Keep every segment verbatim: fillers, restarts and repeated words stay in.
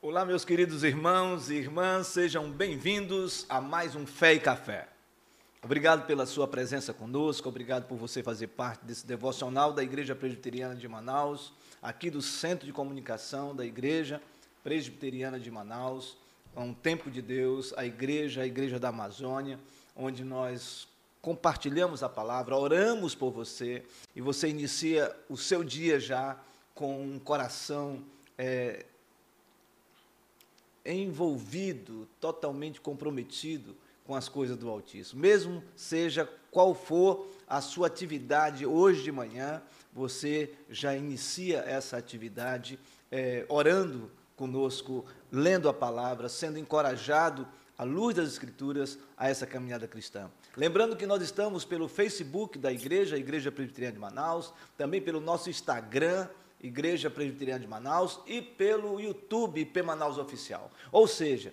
Olá, meus queridos irmãos e irmãs, sejam bem-vindos a mais um Fé e Café. Obrigado pela sua presença conosco, obrigado por você fazer parte desse devocional da Igreja Presbiteriana de Manaus, aqui do Centro de Comunicação da Igreja Presbiteriana de Manaus, é um tempo de Deus, a igreja, a Igreja da Amazônia, onde nós compartilhamos a palavra, oramos por você, e você inicia o seu dia já com um coração é, envolvido, totalmente comprometido com as coisas do Altíssimo. Mesmo seja qual for a sua atividade hoje de manhã, você já inicia essa atividade é, orando conosco, lendo a palavra, sendo encorajado à luz das Escrituras a essa caminhada cristã. Lembrando que nós estamos pelo Facebook da igreja, a Igreja Presbiteriana de Manaus, também pelo nosso Instagram, Igreja Presbiteriana de Manaus, e pelo YouTube, I P Manaus Oficial. Ou seja,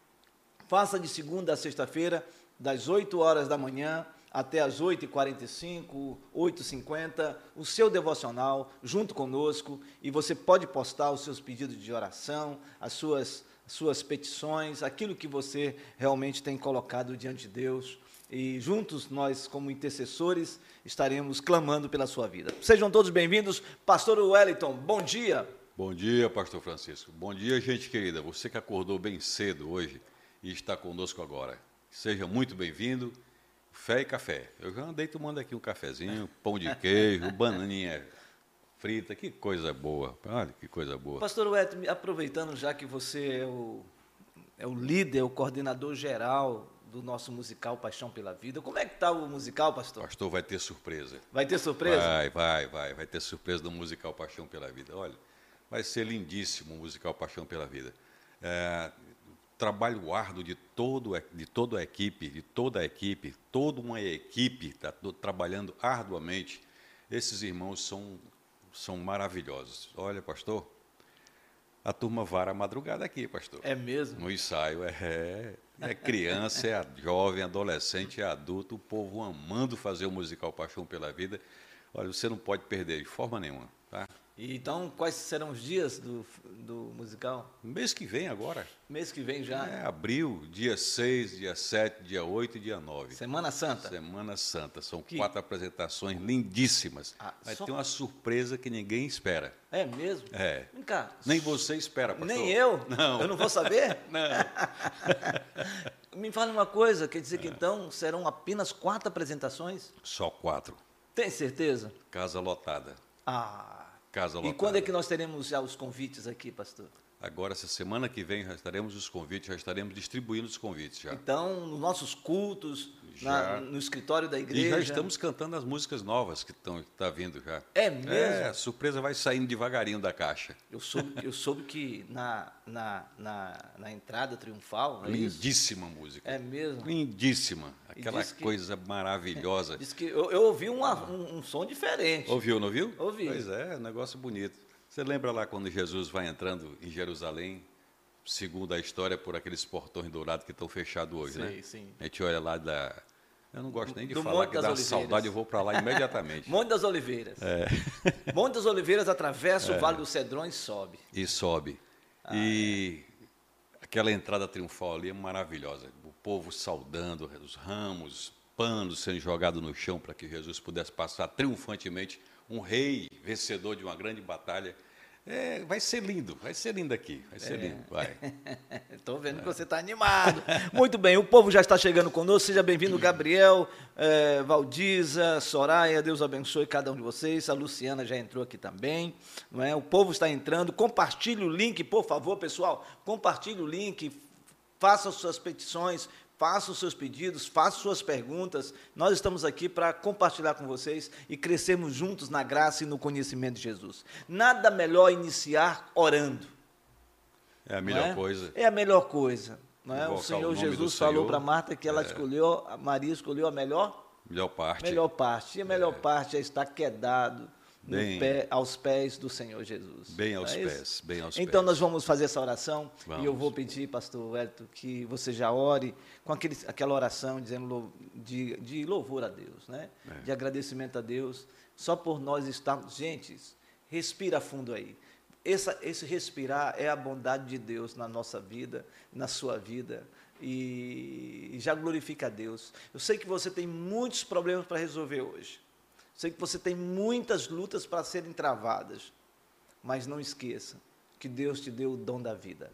faça de segunda a sexta-feira, das oito horas da manhã até as oito e quarenta e cinco, oito e cinquenta, o seu devocional junto conosco, e você pode postar os seus pedidos de oração, as suas, suas petições, aquilo que você realmente tem colocado diante de Deus, e juntos nós, como intercessores, estaremos clamando pela sua vida. Sejam todos bem-vindos. Pastor Wellington, bom dia. Bom dia, pastor Francisco. Bom dia, gente querida. Você que acordou bem cedo hoje e está conosco agora. Seja muito bem-vindo. Fé e café. Eu já andei tomando aqui um cafezinho, pão de queijo, bananinha frita. Que coisa boa. Olha que coisa boa. Pastor Wellington, aproveitando já que você é o, é o líder, o coordenador geral do nosso musical Paixão pela Vida. Como é que está o musical, pastor? Pastor, vai ter surpresa. Vai ter surpresa? Vai, vai, vai. Vai ter surpresa do musical Paixão pela Vida. Olha, vai ser lindíssimo o musical Paixão pela Vida. É, trabalho árduo de, todo, de toda a equipe, de toda a equipe, toda uma equipe está trabalhando arduamente. Esses irmãos são, são maravilhosos. Olha, pastor, a turma vara a madrugada aqui, pastor. É mesmo? No ensaio, é, é criança, é jovem, adolescente, é adulto, o povo amando fazer o musical Paixão pela Vida. Olha, você não pode perder de forma nenhuma, tá? E então, quais serão os dias do, do musical? Mês que vem agora. Mês que vem já? É, abril, dia seis, dia sete, dia oito e dia nove. Semana Santa? Semana Santa. São que... quatro apresentações lindíssimas. Ah, Vai só... ter uma surpresa que ninguém espera. É mesmo? É. Vem cá. Nem você espera, pastor. Nem eu? Não. Eu não vou saber? Não. Me fale uma coisa, quer dizer que então serão apenas quatro apresentações? Só quatro. Tem certeza? Casa lotada. Ah... Casa E quando é que nós teremos já os convites aqui, pastor? Agora, essa semana que vem, já estaremos os convites, já estaremos distribuindo os convites. Já. Então, nos nossos cultos, na, no escritório da igreja... E já estamos cantando as músicas novas que estão tá vindo já. É mesmo? É, a surpresa vai saindo devagarinho da caixa. Eu soube, eu soube que na, na, na, na entrada triunfal... É Lindíssima isso? música. É mesmo? Lindíssima. Aquela que, coisa maravilhosa. Diz que eu, eu ouvi uma, um, um som diferente. Ouviu, não ouviu? Ouvi. Pois é, um negócio bonito. Você lembra lá quando Jesus vai entrando em Jerusalém, segundo a história, por aqueles portões dourados que estão fechados hoje, sim, né? Sim. A gente olha lá da... Eu não gosto nem de Do falar, Monte que dá saudade, eu vou para lá imediatamente. Monte das Oliveiras. É. Monte das Oliveiras atravessa é. o Vale do Cedrão e sobe. E sobe. Ah, e é. aquela entrada triunfal ali é maravilhosa. O povo saudando, os ramos, panos sendo jogados no chão para que Jesus pudesse passar triunfantemente, um rei vencedor de uma grande batalha. É, vai ser lindo, vai ser lindo aqui, vai ser é. lindo, vai. Estou vendo é. que você está animado. Muito bem, o povo já está chegando conosco, seja bem-vindo, Gabriel, é, Valdiza, Soraya, Deus abençoe cada um de vocês, a Luciana já entrou aqui também, não é? O povo está entrando, compartilhe o link, por favor, pessoal, compartilhe o link, faça suas petições, faça os seus pedidos, faça suas perguntas. Nós estamos aqui para compartilhar com vocês e crescermos juntos na graça e no conhecimento de Jesus. Nada melhor iniciar orando. É a melhor é? coisa. É a melhor coisa. Não é? O Senhor o Jesus falou para Marta que ela é. escolheu, a Maria escolheu a melhor, melhor parte. Melhor parte. E a melhor é. parte é estar quedado Bem, pé, aos pés do Senhor Jesus. Bem aos é pés, bem aos Então, pés. nós vamos fazer essa oração vamos. e eu vou pedir, pastor Wellington, que você já ore com aquele, aquela oração dizendo de, de louvor a Deus, né? É. De agradecimento a Deus, só por nós estarmos... Gente, respira fundo aí. essa, esse respirar é a bondade de Deus na nossa vida, na sua vida, e, e já glorifica a Deus. Eu sei que você tem muitos problemas para resolver hoje, sei que você tem muitas lutas para serem travadas, mas não esqueça que Deus te deu o dom da vida.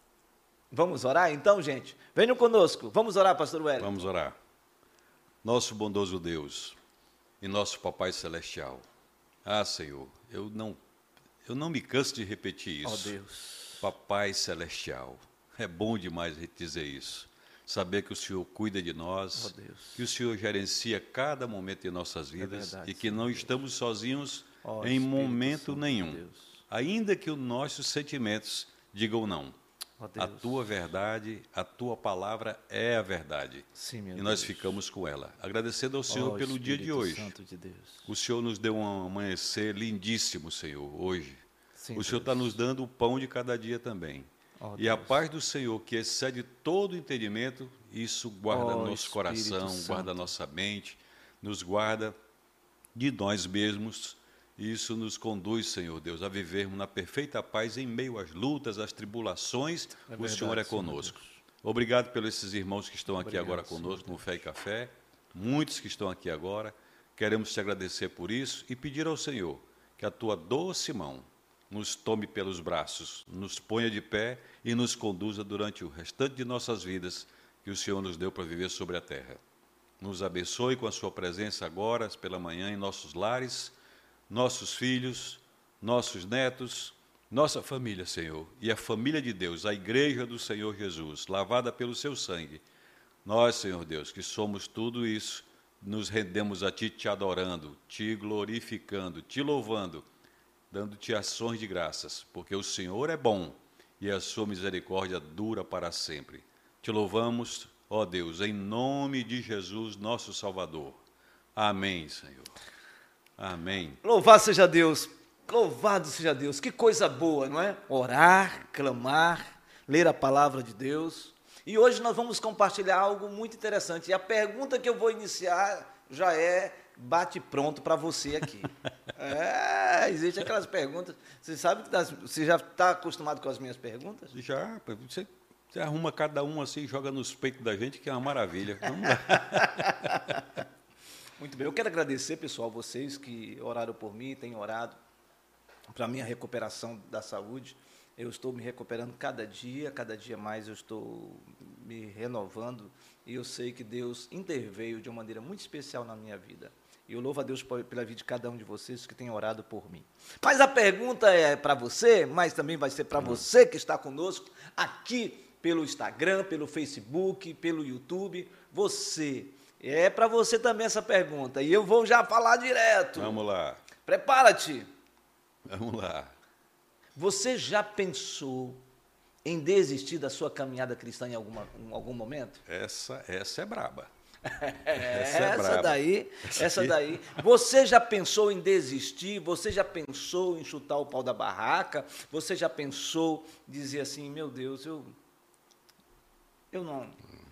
Vamos orar então, gente? Venham conosco, vamos orar, pastor Wellington. Vamos orar. Nosso bondoso Deus e nosso Papai Celestial, ah, Senhor, eu não, eu não me canso de repetir isso. Oh, Deus. Papai Celestial, é bom demais dizer isso. Saber que o Senhor cuida de nós, Oh, Deus. que o Senhor gerencia cada momento de nossas vidas, É verdade, e que sim, não Deus. estamos sozinhos Oh, em Espírito momento Santo de nenhum. Deus. Ainda que os nossos sentimentos digam não. Oh, Deus. A tua verdade, a tua palavra é a verdade. Sim, meu E nós Deus. ficamos com ela. Agradecendo ao Senhor Oh, pelo dia de Espírito hoje. Santo de Deus. O Senhor nos deu um amanhecer lindíssimo, Senhor, hoje. Sim, O Senhor está Deus. nos dando o pão de cada dia também. Oh, E a Deus. paz do Senhor, que excede todo o entendimento, isso guarda Oh, nosso Espírito coração, Santo. guarda nossa mente, nos guarda de nós mesmos. E isso nos conduz, Senhor Deus, a vivermos na perfeita paz em meio às lutas, às tribulações. É o verdade, Senhor é Senhor conosco. Deus. Obrigado pelos esses irmãos que estão aqui Obrigado, agora Senhor conosco no Deus. Fé e Café. Muitos que estão aqui agora. Queremos te agradecer por isso e pedir ao Senhor que a tua doce mão nos tome pelos braços, nos ponha de pé e nos conduza durante o restante de nossas vidas que o Senhor nos deu para viver sobre a terra. Nos abençoe com a sua presença agora, pela manhã, em nossos lares, nossos filhos, nossos netos, nossa família, Senhor, e a família de Deus, a igreja do Senhor Jesus, lavada pelo seu sangue. Nós, Senhor Deus, que somos tudo isso, nos rendemos a Ti, te adorando, Te glorificando, Te louvando, dando-Te ações de graças, porque o Senhor é bom e a sua misericórdia dura para sempre. Te louvamos, ó Deus, em nome de Jesus, nosso Salvador. Amém, Senhor. Amém. Louvado seja Deus, louvado seja Deus, que coisa boa, não é? Orar, clamar, ler a palavra de Deus. E hoje nós vamos compartilhar algo muito interessante. E a pergunta que eu vou iniciar já é bate pronto para você aqui. É, existem aquelas perguntas. Você sabe que das, você já está acostumado com as minhas perguntas? Já, você, você arruma cada um assim, joga nos peitos da gente, que é uma maravilha. Vamos lá. Muito bem, eu quero agradecer, pessoal, vocês que oraram por mim, têm orado para a minha recuperação da saúde. Eu estou me recuperando cada dia, cada dia mais eu estou me renovando e eu sei que Deus interveio de uma maneira muito especial na minha vida. E eu louvo a Deus pela vida de cada um de vocês que tem orado por mim. Mas a pergunta é para você, mas também vai ser para você que está conosco aqui pelo Instagram, pelo Facebook, pelo YouTube. Você, é para você também essa pergunta e eu vou já falar direto. Vamos lá. Prepara-te. Vamos lá. Você já pensou em desistir da sua caminhada cristã em, alguma, em algum momento? Essa, essa é braba. Essa, é braba. daí, essa daí. Você já pensou em desistir? Você já pensou em chutar o pau da barraca? Você já pensou em dizer assim, meu Deus, eu, eu não,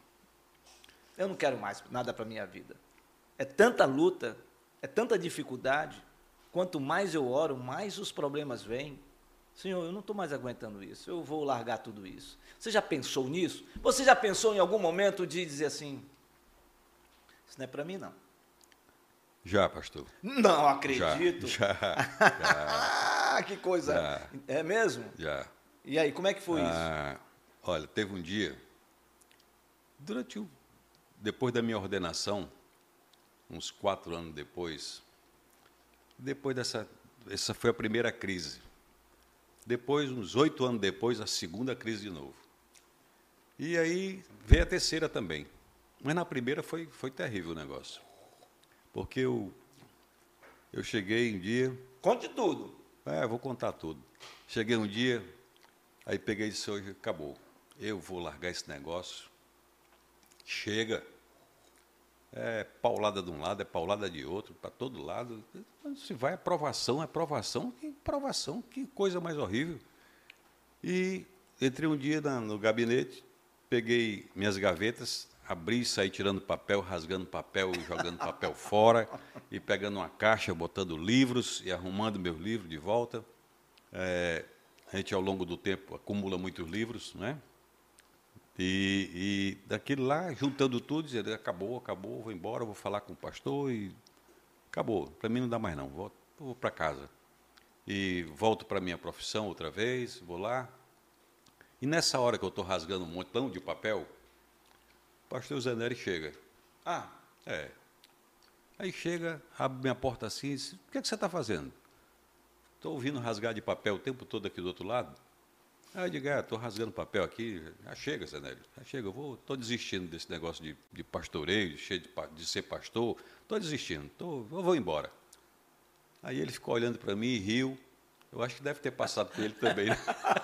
eu não quero mais nada para a minha vida. É tanta luta, é tanta dificuldade. Quanto mais eu oro, mais os problemas vêm. Senhor, eu não estou mais aguentando isso, eu vou largar tudo isso. Você já pensou nisso? Você já pensou em algum momento de dizer assim, isso não é para mim, não? Já, pastor. Não acredito. Já, já, já. Que coisa. Já. É mesmo? já. E aí, como é que foi Ah, olha, teve um dia, durante o, depois da minha ordenação, uns quatro anos depois, depois dessa, essa foi a primeira crise. Depois, uns oito anos depois, a segunda crise de novo. E aí veio a terceira também. Mas na primeira foi, foi terrível o negócio. Porque eu, eu cheguei um dia... isso? Conte tudo. É, vou contar tudo. Cheguei um dia, aí peguei e disse, hoje acabou. Eu vou largar esse negócio. Chega. É paulada de um lado, é paulada de outro, para todo lado. Se vai, é provação, é provação, que provação, que coisa mais horrível. E entrei um dia na, no gabinete, peguei minhas gavetas, abri, saí tirando papel, rasgando papel, jogando papel fora, e pegando uma caixa, botando livros e arrumando meus livros de volta. É, a gente, ao longo do tempo, acumula muitos livros, né? E, e daquele lá, juntando tudo, dizendo, acabou, acabou, vou embora, vou falar com o pastor e acabou. Para mim não dá mais não, vou, vou para casa. E volto para a minha profissão outra vez, vou lá. E nessa hora que eu estou rasgando um montão de papel, o pastor Zé Nery chega. Ah. É. Aí chega, abre minha porta assim e diz, o que, é que você está fazendo? Estou ouvindo rasgar de papel o tempo todo aqui do outro lado. Aí eu digo, é, estou rasgando papel aqui, já chega, Zé Nery, já chega, eu vou, estou desistindo desse negócio de, de pastoreio, de, de ser pastor, estou desistindo, tô, eu vou embora. Aí ele ficou olhando para mim e riu, eu acho que deve ter passado por ele também, né?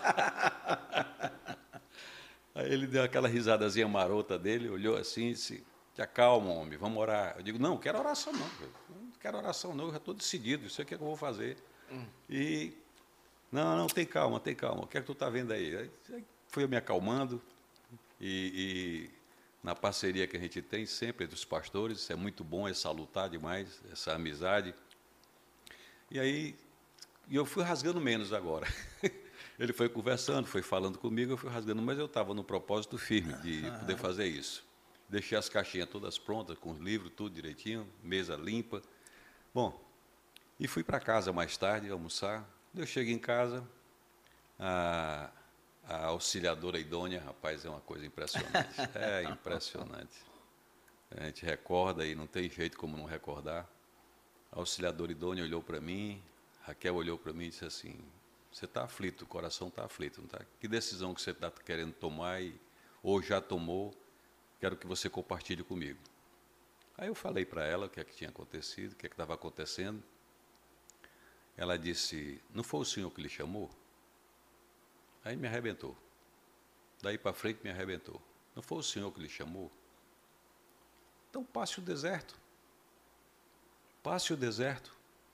Aí ele deu aquela risadazinha marota dele, olhou assim e disse, te acalma, homem, vamos orar. Eu digo, não, não quero oração não, não quero oração não, eu já estou decidido, isso é o que eu vou fazer. Hum. E... Não, não, tem calma, tem calma. O que é que tu está vendo aí? Aí fui me acalmando e, e na parceria que a gente tem sempre entre os pastores, isso é muito bom, é salutar demais, essa amizade. E aí eu fui rasgando menos agora. Ele foi conversando, foi falando comigo, eu fui rasgando, mas eu estava no propósito firme de poder fazer isso. Deixei as caixinhas todas prontas, com os livros, tudo direitinho, mesa limpa. Bom, e fui para casa mais tarde almoçar. Eu chego em casa, a, a auxiliadora idônea, rapaz, é uma coisa impressionante. É impressionante. A gente recorda e não tem jeito como não recordar. A auxiliadora idônea olhou para mim, Raquel olhou para mim e disse assim, você está aflito, o coração está aflito, não tá? Que decisão que você está querendo tomar e, ou já tomou, quero que você compartilhe comigo. Aí eu falei para ela o que é que tinha acontecido, o que é que estava acontecendo. Ela disse, não foi o senhor que lhe chamou? Aí me arrebentou. Daí para frente me arrebentou. Não foi o senhor que lhe chamou? Então passe o deserto. Passe o deserto.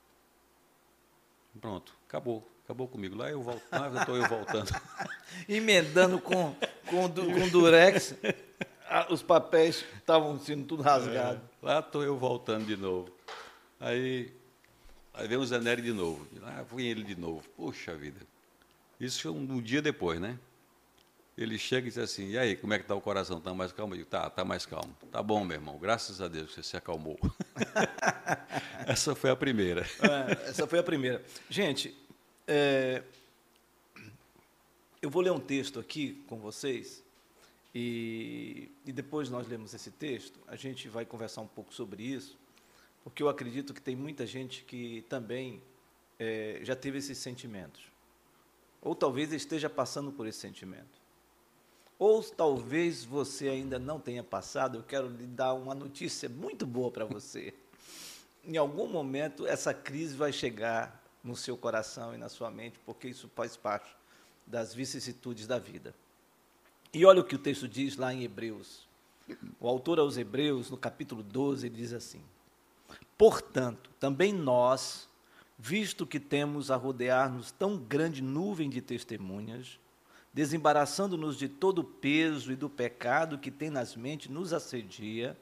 Pronto, acabou. Acabou comigo. Lá eu volto. Lá estou eu voltando. Emendando com, com, com durex, os papéis estavam sendo tudo rasgados. É, lá estou eu voltando de novo. Aí... Aí vem o Zé Nery de novo. Ah, foi ele de novo. Puxa vida. Isso um, um dia depois, né? Ele chega e diz assim, e aí, como é que está o coração? Está mais calmo? Eu digo, tá, está mais calmo. Tá bom, meu irmão, graças a Deus você se acalmou. Essa foi a primeira. É, essa foi a primeira. Gente, é, eu vou ler um texto aqui com vocês, e, e depois nós lemos esse texto, a gente vai conversar um pouco sobre isso, porque eu acredito que tem muita gente que também é, já teve esses sentimentos. Ou talvez esteja passando por esse sentimento. Ou talvez você ainda não tenha passado, eu quero lhe dar uma notícia muito boa para você. Em algum momento, essa crise vai chegar no seu coração e na sua mente, porque isso faz parte das vicissitudes da vida. E olha o que o texto diz lá em Hebreus. O autor aos Hebreus, no capítulo doze, ele diz assim, portanto, também nós, visto que temos a rodear-nos tão grande nuvem de testemunhas, desembaraçando-nos de todo o peso e do pecado que tem nas mentes nos assedia,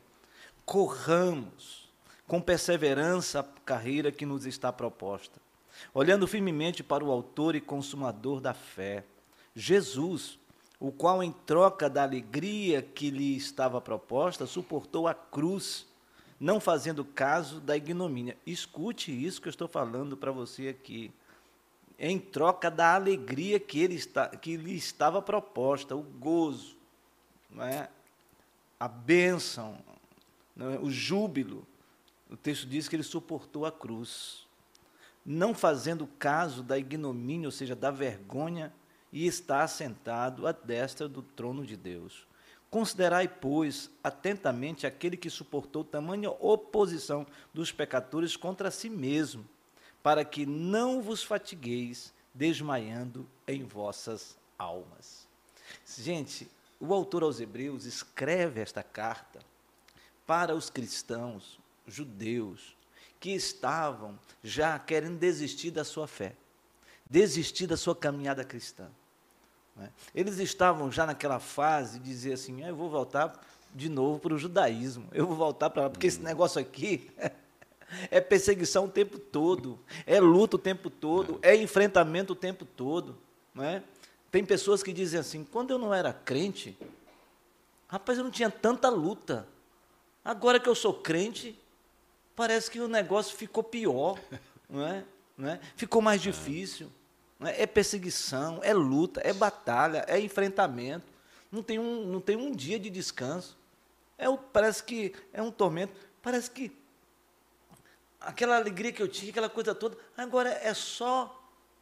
corramos com perseverança a carreira que nos está proposta, olhando firmemente para o autor e consumador da fé, Jesus, o qual, em troca da alegria que lhe estava proposta, suportou a cruz, não fazendo caso da ignomínia. Escute isso que eu estou falando para você aqui. Em troca da alegria que, ele está, que lhe estava proposta, o gozo, não é? A bênção, não é? O júbilo. O texto diz que ele suportou a cruz, não fazendo caso da ignomínia, ou seja, da vergonha, e está assentado à destra do trono de Deus. Considerai, pois, atentamente aquele que suportou tamanha oposição dos pecadores contra si mesmo, para que não vos fatigueis, desmaiando em vossas almas. Gente, o autor aos Hebreus escreve esta carta para os cristãos, judeus, que estavam já querendo desistir da sua fé, desistir da sua caminhada cristã. Eles estavam já naquela fase de dizer assim, eu vou voltar de novo para o judaísmo, eu vou voltar para lá, porque esse negócio aqui é perseguição o tempo todo, é luta o tempo todo, é enfrentamento o tempo todo. não é? Tem pessoas que dizem assim, quando eu não era crente, rapaz, eu não tinha tanta luta. Agora que eu sou crente, parece que o negócio ficou pior, não é? Não é? Ficou mais difícil. Não é? É perseguição, é luta, é batalha, é enfrentamento. Não tem um, não tem um dia de descanso. É o, parece que é um tormento. Parece que aquela alegria que eu tinha, aquela coisa toda, agora é só...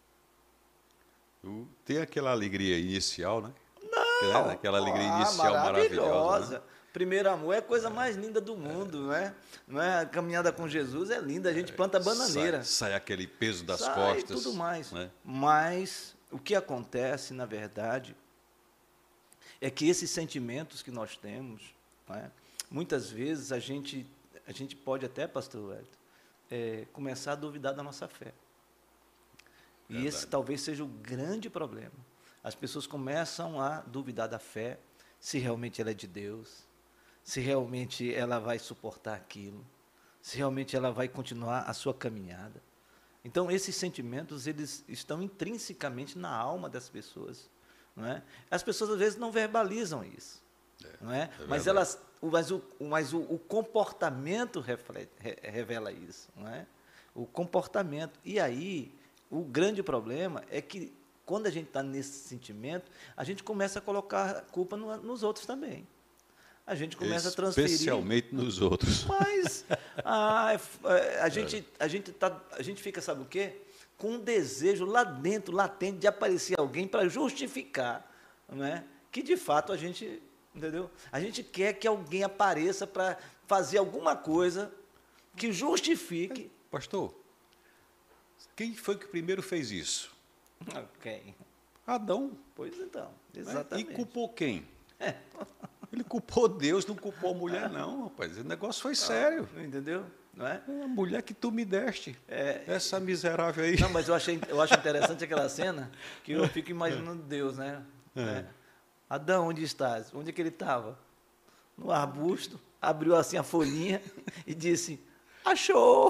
Tem aquela alegria inicial, né? Não, aquela alegria ah, inicial maravilhosa. maravilhosa né? Primeiro amor é a coisa mais linda do mundo, não é? Não é? A caminhada com Jesus é linda, a gente planta bananeira. Sai, sai aquele peso das sai costas. E tudo mais. Né? Mas o que acontece, na verdade, é que esses sentimentos que nós temos, não é? Muitas vezes a gente, a gente pode até, pastor Wellington, é, começar a duvidar da nossa fé. E verdade. Esse talvez seja o grande problema. As pessoas começam a duvidar da fé, se realmente ela é de Deus, se realmente ela vai suportar aquilo, se realmente ela vai continuar a sua caminhada. Então, esses sentimentos, eles estão intrinsecamente na alma das pessoas. Não é? As pessoas, às vezes, não verbalizam isso. É, não é? É mas elas, mas, o, mas o, o comportamento reflete, re, revela isso. Não é? O comportamento. E aí, o grande problema é que, quando a gente está nesse sentimento, a gente começa a colocar a culpa no, nos outros também. A gente começa a transferir... Especialmente nos outros. Mas a, a, a, gente, a, gente tá, a gente fica, sabe o quê? Com um desejo lá dentro, latente, de aparecer alguém para justificar, não é? Que, de fato, a gente... Entendeu? A gente quer que alguém apareça para fazer alguma coisa que justifique... Pastor, quem foi que primeiro fez isso? Quem? Adão. Pois então, exatamente. E culpou quem? É. Ele culpou Deus, não culpou a mulher, não, rapaz. O negócio foi sério. Ah, entendeu? Não é? É a mulher que tu me deste. É, essa miserável aí. Não, mas eu, achei, eu acho interessante aquela cena que eu fico imaginando Deus, né? É. É. Adão, onde estás? Onde é que ele estava? No arbusto, abriu assim a folhinha e disse, achou!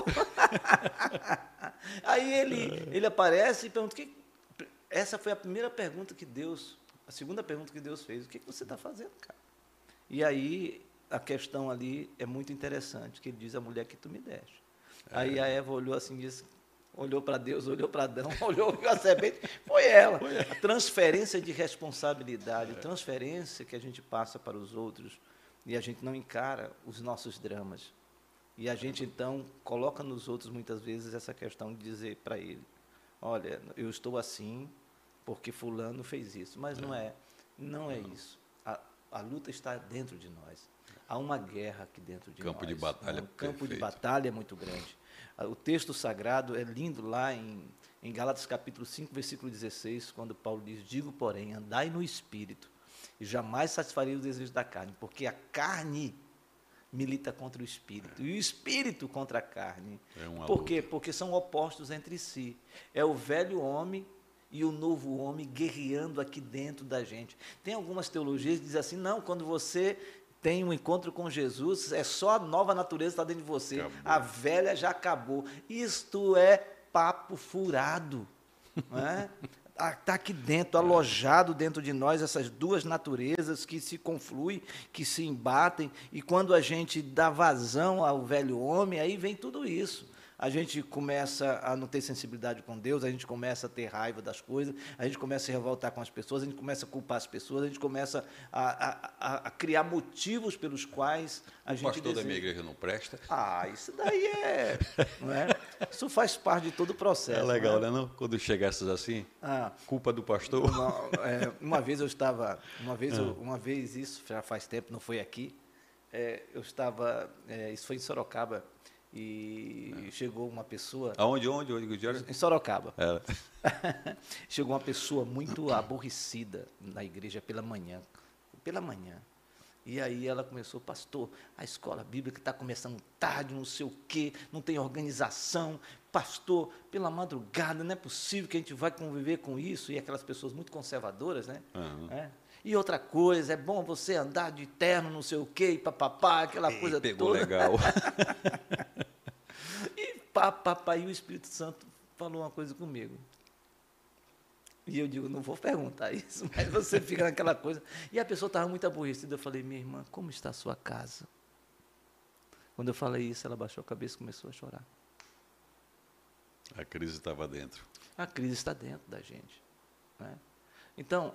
Aí ele, ele aparece e pergunta, que, essa foi a primeira pergunta que Deus, a segunda pergunta que Deus fez, o que, que você está fazendo, cara? E aí a questão ali é muito interessante, que ele diz, a mulher que tu me deste. É. Aí a Eva olhou assim, disse, olhou para Deus, olhou para Adão, olhou para a serpente, foi ela. Foi ela. A transferência de responsabilidade, é. transferência que a gente passa para os outros e a gente não encara os nossos dramas. E a gente, então, coloca nos outros, muitas vezes, essa questão de dizer para ele, olha, eu estou assim porque fulano fez isso. Mas é. não é, não é isso. A, a luta está dentro de nós. Há uma guerra aqui dentro de campo nós. De batalha um campo perfeito. de batalha muito grande. O texto sagrado é lindo lá em, em Gálatas capítulo cinco, versículo dezesseis, quando Paulo diz, digo, porém, andai no Espírito, e jamais satisfarei os desejos da carne, porque a carne milita contra o Espírito, e o Espírito contra a carne. É uma Por quê? Porque são opostos entre si. É o velho homem e o novo homem guerreando aqui dentro da gente. Tem algumas teologias que dizem assim, não, quando você tem um encontro com Jesus, é só a nova natureza que está dentro de você, acabou. A velha já acabou. Isto é papo furado. Não é? Está aqui dentro, alojado dentro de nós, essas duas naturezas que se confluem, que se embatem, e quando a gente dá vazão ao velho homem, aí vem tudo isso. A gente começa a não ter sensibilidade com Deus, a gente começa a ter raiva das coisas, a gente começa a se revoltar com as pessoas, a gente começa a culpar as pessoas, a gente começa a, a, a criar motivos pelos quais a o gente... O pastor deseja. da minha igreja não presta? Ah, isso daí é... não é? Isso faz parte de todo o processo. É legal, não é? né? Não? Quando chega essas assim, ah, culpa do pastor. Uma, é, uma vez eu estava... Uma vez, eu, uma vez, isso já faz tempo, não foi aqui, é, eu estava... É, isso foi em Sorocaba, e é. chegou uma pessoa... Aonde, onde? onde, onde em Sorocaba. É. Chegou uma pessoa muito aborrecida na igreja pela manhã. Pela manhã. E aí ela começou, pastor, a escola bíblica está começando tarde, não sei o quê, não tem organização. Pastor, pela madrugada, não é possível que a gente vai conviver com isso. E aquelas pessoas muito conservadoras, né? Uhum. É. E outra coisa, é bom você andar de terno, não sei o quê, e papapá, aquela Ei, coisa pegou toda. Legal. E papapá, e o Espírito Santo falou uma coisa comigo. E eu digo, não vou perguntar isso, mas você fica naquela coisa. E a pessoa estava muito aborrecida. Eu falei, minha irmã, como está a sua casa? Quando eu falei isso, ela baixou a cabeça e começou a chorar. A crise estava dentro. A crise está dentro da gente, né? Então,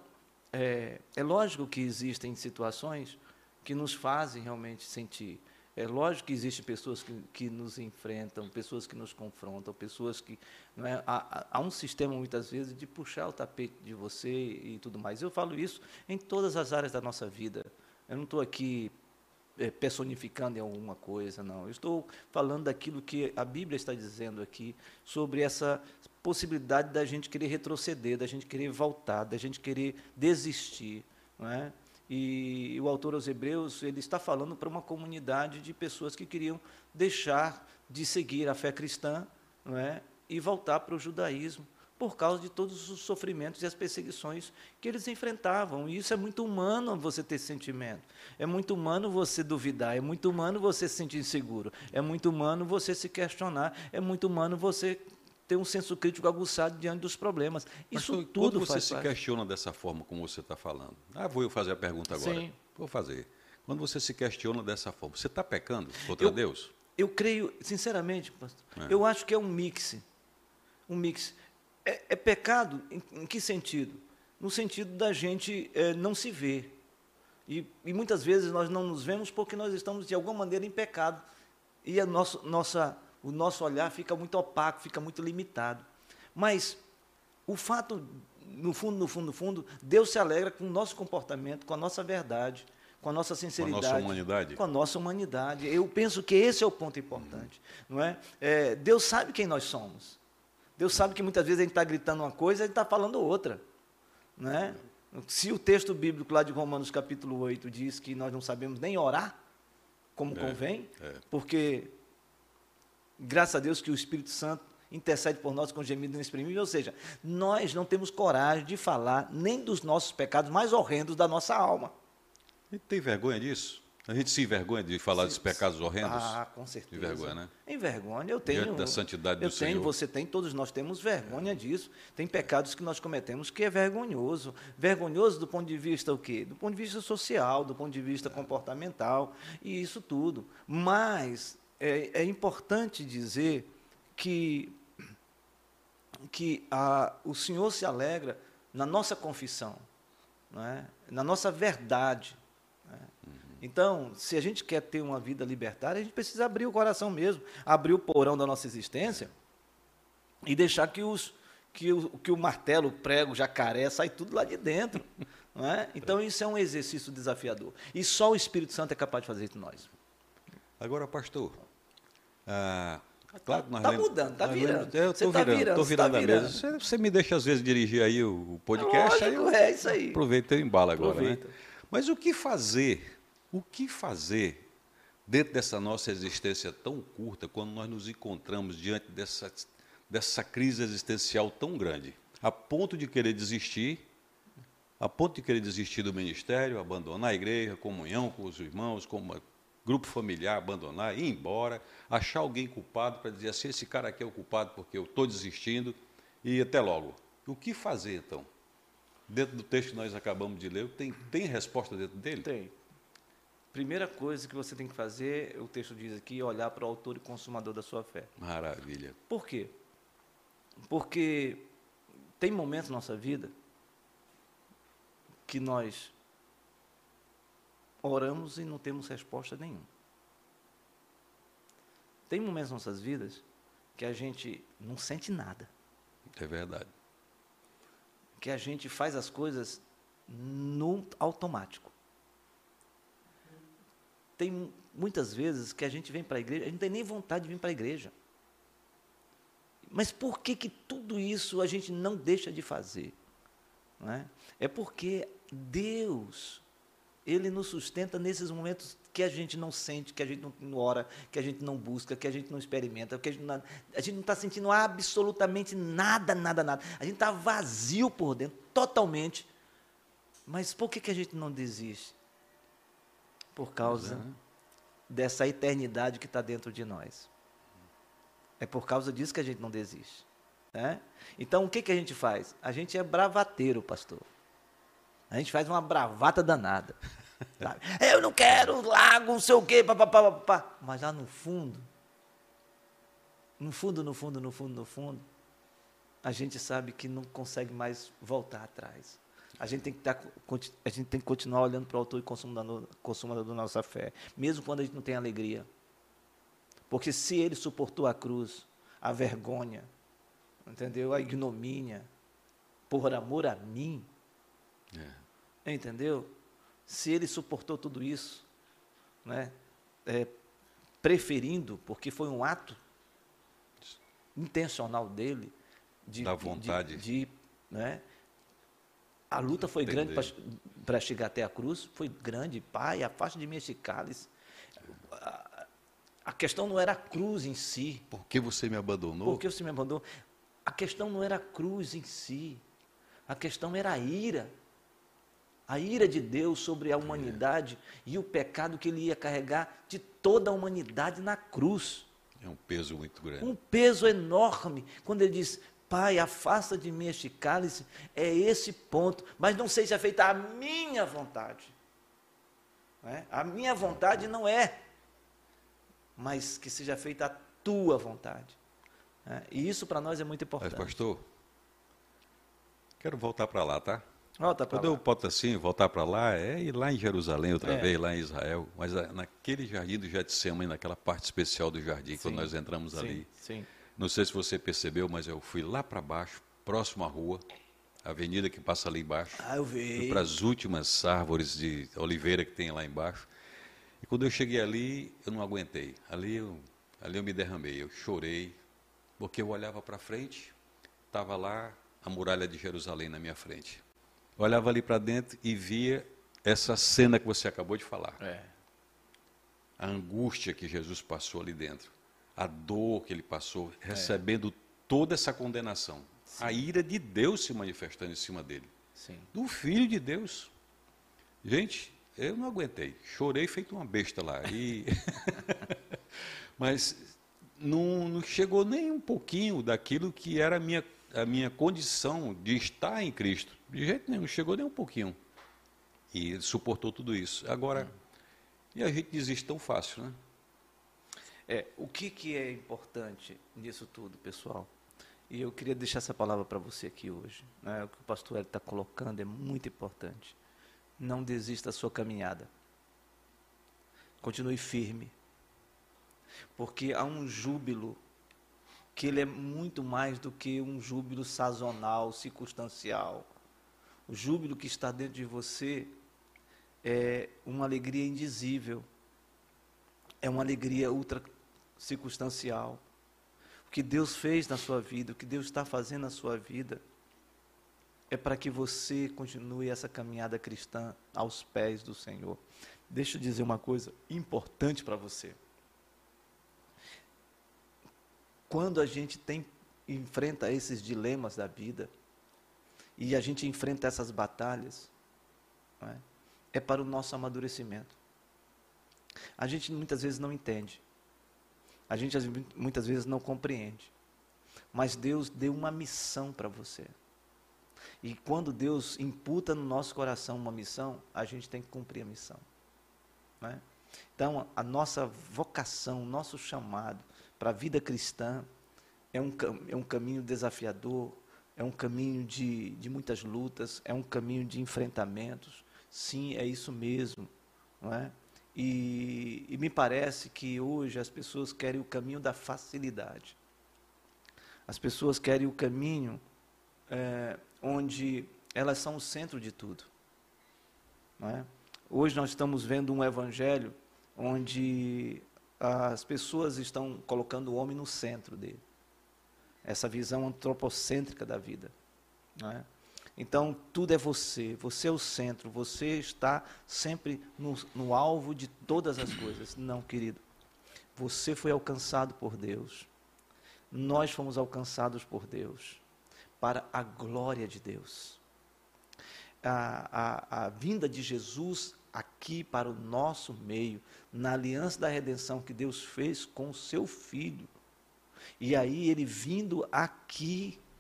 é, é lógico que existem situações que nos fazem realmente sentir. É lógico que existem pessoas que, que nos enfrentam, pessoas que nos confrontam, pessoas que... Não é, há, há um sistema, muitas vezes, de puxar o tapete de você e tudo mais. Eu falo isso em todas as áreas da nossa vida. Eu não estou aqui é, personificando em alguma coisa, não. Eu estou falando daquilo que a Bíblia está dizendo aqui, sobre essa possibilidade da gente querer retroceder, da gente querer voltar, da gente querer desistir, não é? E o autor aos Hebreus, ele está falando para uma comunidade de pessoas que queriam deixar de seguir a fé cristã, não é? E voltar para o judaísmo, por causa de todos os sofrimentos e as perseguições que eles enfrentavam. E isso é muito humano, você ter esse sentimento. É muito humano você duvidar, é muito humano você se sentir inseguro, é muito humano você se questionar, é muito humano você ter um senso crítico aguçado diante dos problemas. Isso Mas, tudo quando você faz se parte. questiona dessa forma como você está falando, ah, vou eu fazer a pergunta agora. Sim. Vou fazer. Quando você se questiona dessa forma, você está pecando contra Eu- Deus? Eu creio, sinceramente, pastor, É. eu acho que é um mix. Um mix. É, é pecado em, em que sentido? No sentido da gente eh, não se ver. E, e muitas vezes nós não nos vemos porque nós estamos, de alguma maneira, em pecado. E a nosso, nossa, o nosso olhar fica muito opaco, fica muito limitado. Mas o fato, no fundo, no fundo, no fundo, Deus se alegra com o nosso comportamento, com a nossa verdade, com a nossa sinceridade. nossa humanidade. Com a nossa humanidade. Eu penso que esse é o ponto importante. Não é? É, Deus sabe quem nós somos. Deus sabe que muitas vezes a gente está gritando uma coisa e a gente está falando outra. Não é? Se o texto bíblico lá de Romanos capítulo oito diz que nós não sabemos nem orar como É, convém, é. porque, graças a Deus que o Espírito Santo intercede por nós com gemido inexprimível, ou seja, nós não temos coragem de falar nem dos nossos pecados mais horrendos da nossa alma. A gente tem vergonha disso? A gente se envergonha de falar dos pecados horrendos? Ah, com certeza. De vergonha, né? Em vergonha, eu tenho. Diante da santidade do eu tenho, Senhor. você tem, todos nós temos vergonha disso. Tem pecados que nós cometemos que é vergonhoso. Vergonhoso do ponto de vista o quê? Do ponto de vista social, do ponto de vista comportamental, e isso tudo. Mas é, é importante dizer que, que a, o Senhor se alegra na nossa confissão, não é? Na nossa verdade. Não é? Então, se a gente quer ter uma vida libertária, a gente precisa abrir o coração mesmo, abrir o porão da nossa existência e deixar que, os, que, o, que o martelo, o prego, o jacaré, sai tudo lá de dentro. Não é? Então, isso é um exercício desafiador. E só o Espírito Santo é capaz de fazer isso em nós. Agora, pastor, ah, claro que nós Tá lemos- mudando, tá nós virando. lemos- Eu Você estou tá virando, virando, estou você tá virando a virando. mesa. Você, você me deixa, às vezes, dirigir aí o, o podcast, aí Lógico, eu é isso aí. aproveito e embalo agora. Aproveita. Né? Mas o que fazer? O que fazer dentro dessa nossa existência tão curta, quando nós nos encontramos diante dessa, dessa crise existencial tão grande, a ponto de querer desistir, a ponto de querer desistir do ministério, abandonar a igreja, comunhão com os irmãos, como grupo familiar, abandonar, ir embora, achar alguém culpado para dizer assim, esse cara aqui é o culpado porque eu estou desistindo, e até logo. O que fazer, então? Dentro do texto que nós acabamos de ler, tem, tem resposta dentro dele? Tem. Primeira coisa que você tem que fazer, o texto diz aqui, é olhar para o autor e consumador da sua fé. Maravilha. Por quê? Porque tem momentos na nossa vida que nós oramos e não temos resposta nenhuma. Tem momentos nas nossas vidas que a gente não sente nada, É verdade. que a gente faz as coisas no automático. Tem muitas vezes que a gente vem para a igreja, a gente não tem nem vontade de vir para a igreja. Mas por que que tudo isso a gente não deixa de fazer? Não é? É porque Deus, Ele nos sustenta nesses momentos que a gente não sente, que a gente não ora, que a gente não busca, que a gente não experimenta, que a gente não, a gente não está sentindo absolutamente nada, nada, nada. A gente está vazio por dentro, totalmente. Mas por que que a gente não desiste? Por causa Pois é. dessa eternidade que está dentro de nós. É por causa disso que a gente não desiste. Né? Então, o que, que a gente faz? A gente é bravateiro, pastor. A gente faz uma bravata danada. Sabe? Eu não quero lago, não sei o quê, papapá, papapá. Mas lá no fundo, no fundo, no fundo, no fundo, no fundo, a gente sabe que não consegue mais voltar atrás. A gente tem que, tá, a gente tem que continuar olhando para o autor e consumador, consumador da nossa fé, mesmo quando a gente não tem alegria. Porque se ele suportou a cruz, a vergonha, entendeu? A ignomínia, por amor a mim, é. Entendeu? Se ele suportou tudo isso, né, é, preferindo, porque foi um ato intencional dele, de, da vontade, de, de, né, a luta foi Entender. grande para chegar até a cruz, foi grande. Pai, afasta de mim esse cálice. A, a questão não era a cruz em si. Por que você me abandonou? Por que você me abandonou? A questão não era a cruz em si. A questão era a ira. A ira de Deus sobre a humanidade é. e o pecado que ele ia carregar de toda a humanidade na cruz. É um peso muito grande. Um peso enorme. Quando ele diz, Pai, afasta de mim este cálice, é esse ponto, mas não seja feita a minha vontade. Não é? A minha vontade não é, mas que seja feita a tua vontade. É? E isso para nós é muito importante. Mas, pastor, quero voltar para lá, tá? Volta para lá. Quando eu boto assim, voltar para lá, é ir lá em Jerusalém outra é. vez, lá em Israel, mas naquele jardim do Getsemane, naquela parte especial do jardim, sim, quando nós entramos sim, ali. Sim. Não sei se você percebeu, mas eu fui lá para baixo, próximo à rua, a avenida que passa ali embaixo. Ah, eu vi. Fui para as últimas árvores de oliveira que tem lá embaixo. E quando eu cheguei ali, eu não aguentei. Ali eu, ali eu me derramei, eu chorei, porque eu olhava para frente, estava lá a muralha de Jerusalém na minha frente. Eu olhava ali para dentro e via essa cena que você acabou de falar. É. A angústia que Jesus passou ali dentro. A dor que ele passou, recebendo é. toda essa condenação. Sim. A ira de Deus se manifestando em cima dele. Sim. Do Filho de Deus. Gente, eu não aguentei. Chorei feito uma besta lá. E... Mas não, não chegou nem um pouquinho daquilo que era a minha, a minha condição de estar em Cristo. De jeito nenhum, não chegou nem um pouquinho. E ele suportou tudo isso. Agora, hum. e a gente desiste tão fácil, né? É, o que, que é importante nisso tudo, pessoal? E eu queria deixar essa palavra para você aqui hoje. Né? O que o pastor está colocando é muito importante. Não desista da sua caminhada. Continue firme. Porque há um júbilo que ele é muito mais do que um júbilo sazonal, circunstancial. O júbilo que está dentro de você é uma alegria indizível. É uma alegria ultra circunstancial. O que Deus fez na sua vida, o que Deus está fazendo na sua vida, é para que você continue essa caminhada cristã aos pés do Senhor. Deixa eu dizer uma coisa importante para você. Quando a gente tem, enfrenta esses dilemas da vida, e a gente enfrenta essas batalhas, não é? É para o nosso amadurecimento. A gente muitas vezes não entende. A gente muitas vezes não compreende. Mas Deus deu uma missão para você. E quando Deus imputa no nosso coração uma missão, a gente tem que cumprir a missão. Não é? Então, a nossa vocação, o nosso chamado para a vida cristã é um, é um caminho desafiador, é um caminho de, de muitas lutas, é um caminho de enfrentamentos. Sim, é isso mesmo. Não é? E, e me parece que hoje as pessoas querem o caminho da facilidade. As pessoas querem o caminho é, onde elas são o centro de tudo. Não é? Hoje nós estamos vendo um evangelho onde as pessoas estão colocando o homem no centro dele. Essa visão antropocêntrica da vida. Não é? Então, tudo é você, você é o centro, você está sempre no, no alvo de todas as coisas. Não, querido. Você foi alcançado por Deus. Nós fomos alcançados por Deus, para a glória de Deus. A, a, a vinda de Jesus aqui para o nosso meio, na aliança da redenção que Deus fez com o seu Filho. E aí, ele vindo aqui,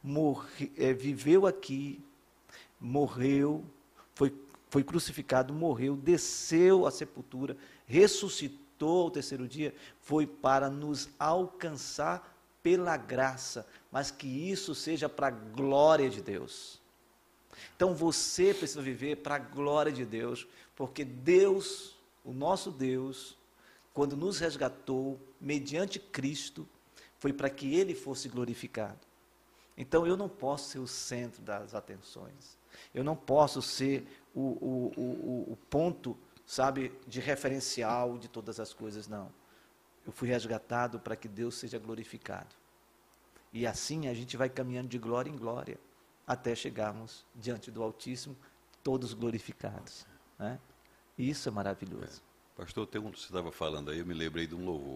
morre, é, viveu aqui, morreu, foi, foi crucificado, morreu, desceu à sepultura, ressuscitou ao terceiro dia, foi para nos alcançar pela graça, mas que isso seja para a glória de Deus. Então você precisa viver para a glória de Deus, porque Deus, o nosso Deus, quando nos resgatou, mediante Cristo, foi para que Ele fosse glorificado. Então eu não posso ser o centro das atenções, eu não posso ser o, o, o, o ponto, sabe, de referencial de todas as coisas, não. Eu fui resgatado para que Deus seja glorificado. E assim a gente vai caminhando de glória em glória, até chegarmos diante do Altíssimo, todos glorificados. Né? Isso é maravilhoso. É. Pastor, tem um, você estava falando aí, eu me lembrei de um louvor.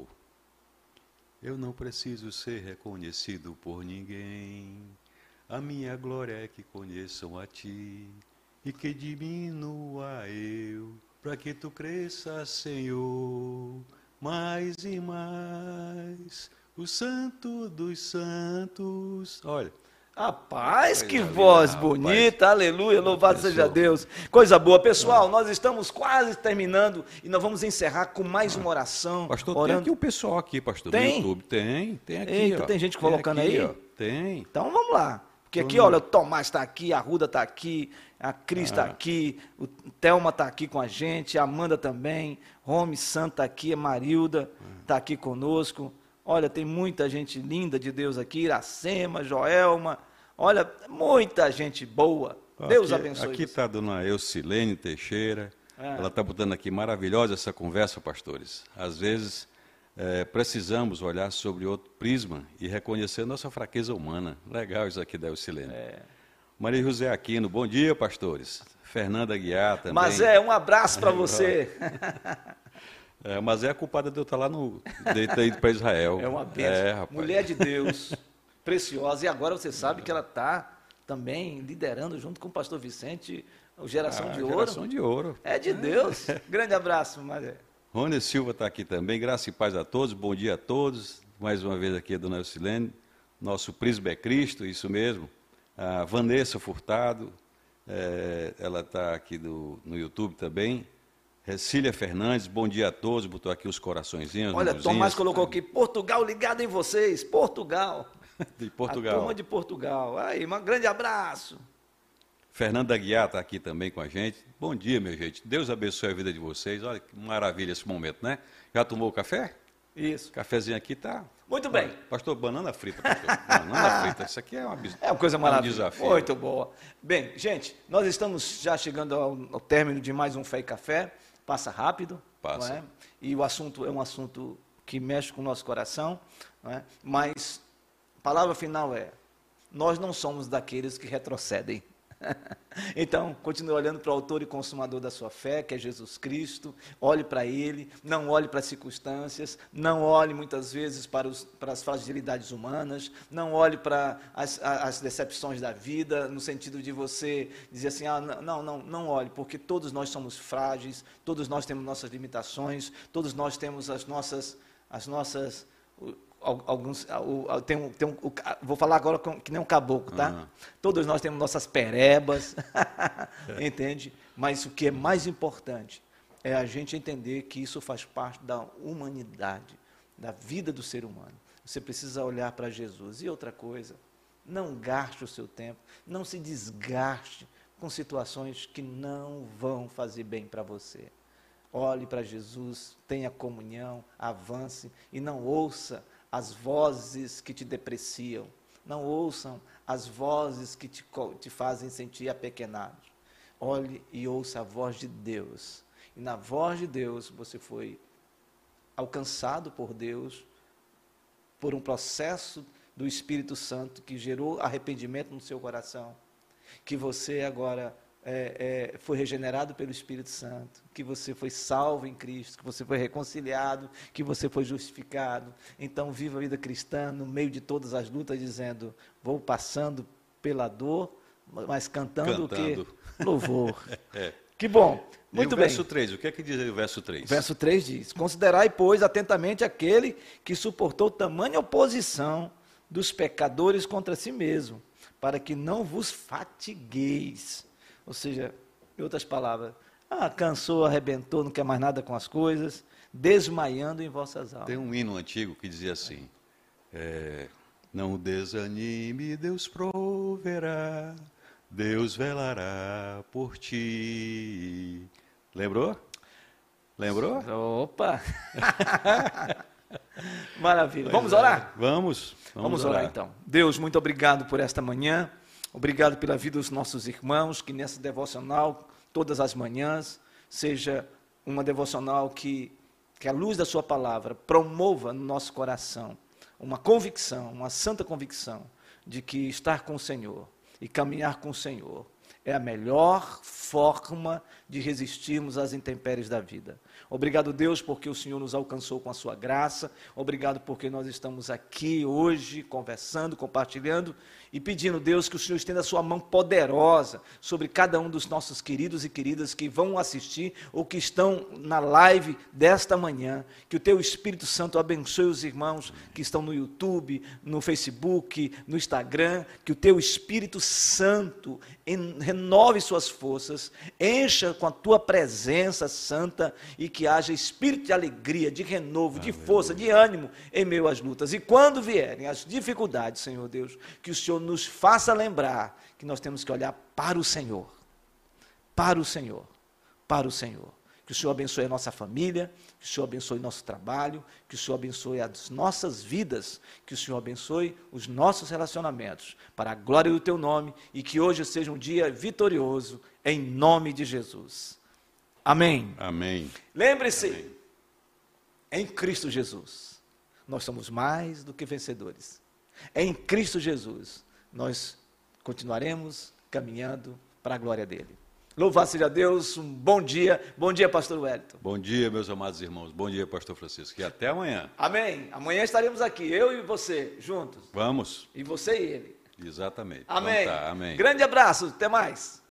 Eu não preciso ser reconhecido por ninguém, a minha glória é que conheçam a Ti, e que diminua eu, para que Tu cresças, Senhor, mais e mais, o Santo dos Santos. Olha, rapaz, que ali, voz rapaz. bonita, aleluia, louvado seja Deus. Coisa boa. Pessoal, nós estamos quase terminando e nós vamos encerrar com mais uma oração. Pastor, orando. tem aqui o pessoal aqui, pastor, Tem? no YouTube. Tem, tem aqui. Eita, ó. tem gente Tem colocando aqui, aí? ó. Tem. Então vamos lá. Porque aqui, Então, olha, o Tomás está aqui, a Ruda está aqui, a Cris está Ah. aqui, o Thelma está aqui com a gente, a Amanda também, Rome Santa está aqui, a Marilda está aqui conosco. Olha, tem muita gente linda de Deus aqui, Iracema, Joelma. Olha, muita gente boa. Deus aqui, abençoe. Aqui está a dona Eucilene Teixeira. É. Ela está botando aqui maravilhosa essa conversa, pastores. Às vezes é, precisamos olhar sobre outro prisma e reconhecer nossa fraqueza humana. Legal isso aqui da Eucilene. É. Maria José Aquino, bom dia, pastores. Fernanda Aguiar também. Mas é, um abraço para você. É, mas é a culpada de eu estar lá no, de ter ido para Israel. É uma bênção. É, rapaz. Mulher de Deus, preciosa. E agora você sabe que ela está também liderando junto com o pastor Vicente o Geração Ah, de Ouro. Geração de Ouro. É de Deus. Grande abraço, Maria. Rony Silva está aqui também. Graça e paz a todos. Bom dia a todos. Mais uma vez aqui a dona Eucilene. Nosso Prisma é Cristo, isso mesmo. A Vanessa Furtado, é, ela está aqui do, no YouTube também. Recília Fernandes, bom dia a todos, botou aqui os coraçõezinhos. Olha, Tomás colocou aqui, Portugal ligado em vocês, Portugal. De Portugal. A turma de Portugal. Aí, um grande abraço. Fernanda Aguiar está aqui também com a gente. Bom dia, meu gente. Deus abençoe a vida de vocês. Olha que maravilha esse momento, né? Já tomou o café? Isso. O cafezinho aqui tá. Muito bem. Olha, pastor, banana frita, pastor. Banana frita. Isso aqui é uma É uma coisa maravilhosa. É um desafio. Muito boa. Bem, gente, nós estamos já chegando ao, ao término de mais um Fé e Café. Passa rápido. Passa. Não é? E o assunto é um assunto que mexe com o nosso coração. Não é? Mas a palavra final é: nós não somos daqueles que retrocedem. Então, continue olhando para o autor e consumador da sua fé, que é Jesus Cristo. Olhe para Ele, não olhe para as circunstâncias, não olhe muitas vezes para, os, para as fragilidades humanas, não olhe para as, as decepções da vida, no sentido de você dizer assim, ah, não, não, não olhe, porque todos nós somos frágeis, todos nós temos nossas limitações, todos nós temos as nossas, as nossas alguns, tem um, tem um, vou falar agora que nem um caboclo, tá? Uhum. Todos nós temos nossas perebas, entende? Mas o que é mais importante é a gente entender que isso faz parte da humanidade, da vida do ser humano. Você precisa olhar para Jesus. E outra coisa, não gaste o seu tempo, não se desgaste com situações que não vão fazer bem para você. Olhe para Jesus, tenha comunhão, avance e não ouça as vozes que te depreciam, não ouçam as vozes que te, te fazem sentir apequenado. Olhe e ouça a voz de Deus. E na voz de Deus você foi alcançado por Deus, por um processo do Espírito Santo que gerou arrependimento no seu coração, que você agora É, é, foi regenerado pelo Espírito Santo, que você foi salvo em Cristo, que você foi reconciliado, que você foi justificado. Então viva a vida cristã no meio de todas as lutas, dizendo, vou passando pela dor, mas cantando, cantando. o quê? Louvor. É. Que bom. Muito e o bem. verso três, o que é que diz aí o verso três? O verso três diz, considerai, pois, atentamente aquele que suportou tamanha oposição dos pecadores contra si mesmo, para que não vos fatigueis. Ou seja, em outras palavras, ah, cansou, arrebentou, não quer mais nada com as coisas, desmaiando em vossas almas. Tem um hino antigo que dizia assim, é, não desanime, Deus proverá, Deus velará por ti. Lembrou? Lembrou? Opa! Maravilha. Vamos orar? Vamos. Vamos, vamos orar. orar então. Deus, muito obrigado por esta manhã. Obrigado pela vida dos nossos irmãos, que nessa devocional, todas as manhãs, seja uma devocional que, que a luz da sua palavra promova no nosso coração uma convicção, uma santa convicção de que estar com o Senhor e caminhar com o Senhor é a melhor forma de resistirmos às intempéries da vida. Obrigado, Deus, porque o Senhor nos alcançou com a sua graça. Obrigado porque nós estamos aqui hoje conversando, compartilhando e pedindo, Deus, que o Senhor estenda a sua mão poderosa sobre cada um dos nossos queridos e queridas que vão assistir ou que estão na live desta manhã. Que o teu Espírito Santo abençoe os irmãos que estão no YouTube, no Facebook, no Instagram. Que o teu Espírito Santo renove suas forças, encha com a tua presença santa e que haja espírito de alegria, de renovo, de força, de ânimo em meio às lutas. E quando vierem as dificuldades, Senhor Deus, que o Senhor nos faça lembrar que nós temos que olhar para o Senhor, para o Senhor, para o Senhor. Que o Senhor abençoe a nossa família, que o Senhor abençoe nosso trabalho, que o Senhor abençoe as nossas vidas, que o Senhor abençoe os nossos relacionamentos, para a glória do teu nome, e que hoje seja um dia vitorioso, em nome de Jesus. Amém. Amém. Lembre-se, em Cristo Jesus, nós somos mais do que vencedores. Em Cristo Jesus, nós continuaremos caminhando para a glória dele. Louvado seja Deus, um bom dia. Bom dia, pastor Wellington. Bom dia, meus amados irmãos. Bom dia, pastor Francisco. E até amanhã. Amém. Amanhã estaremos aqui, eu e você, juntos. Vamos. E você e ele. Exatamente. Amém. Então tá, amém. Grande abraço, até mais.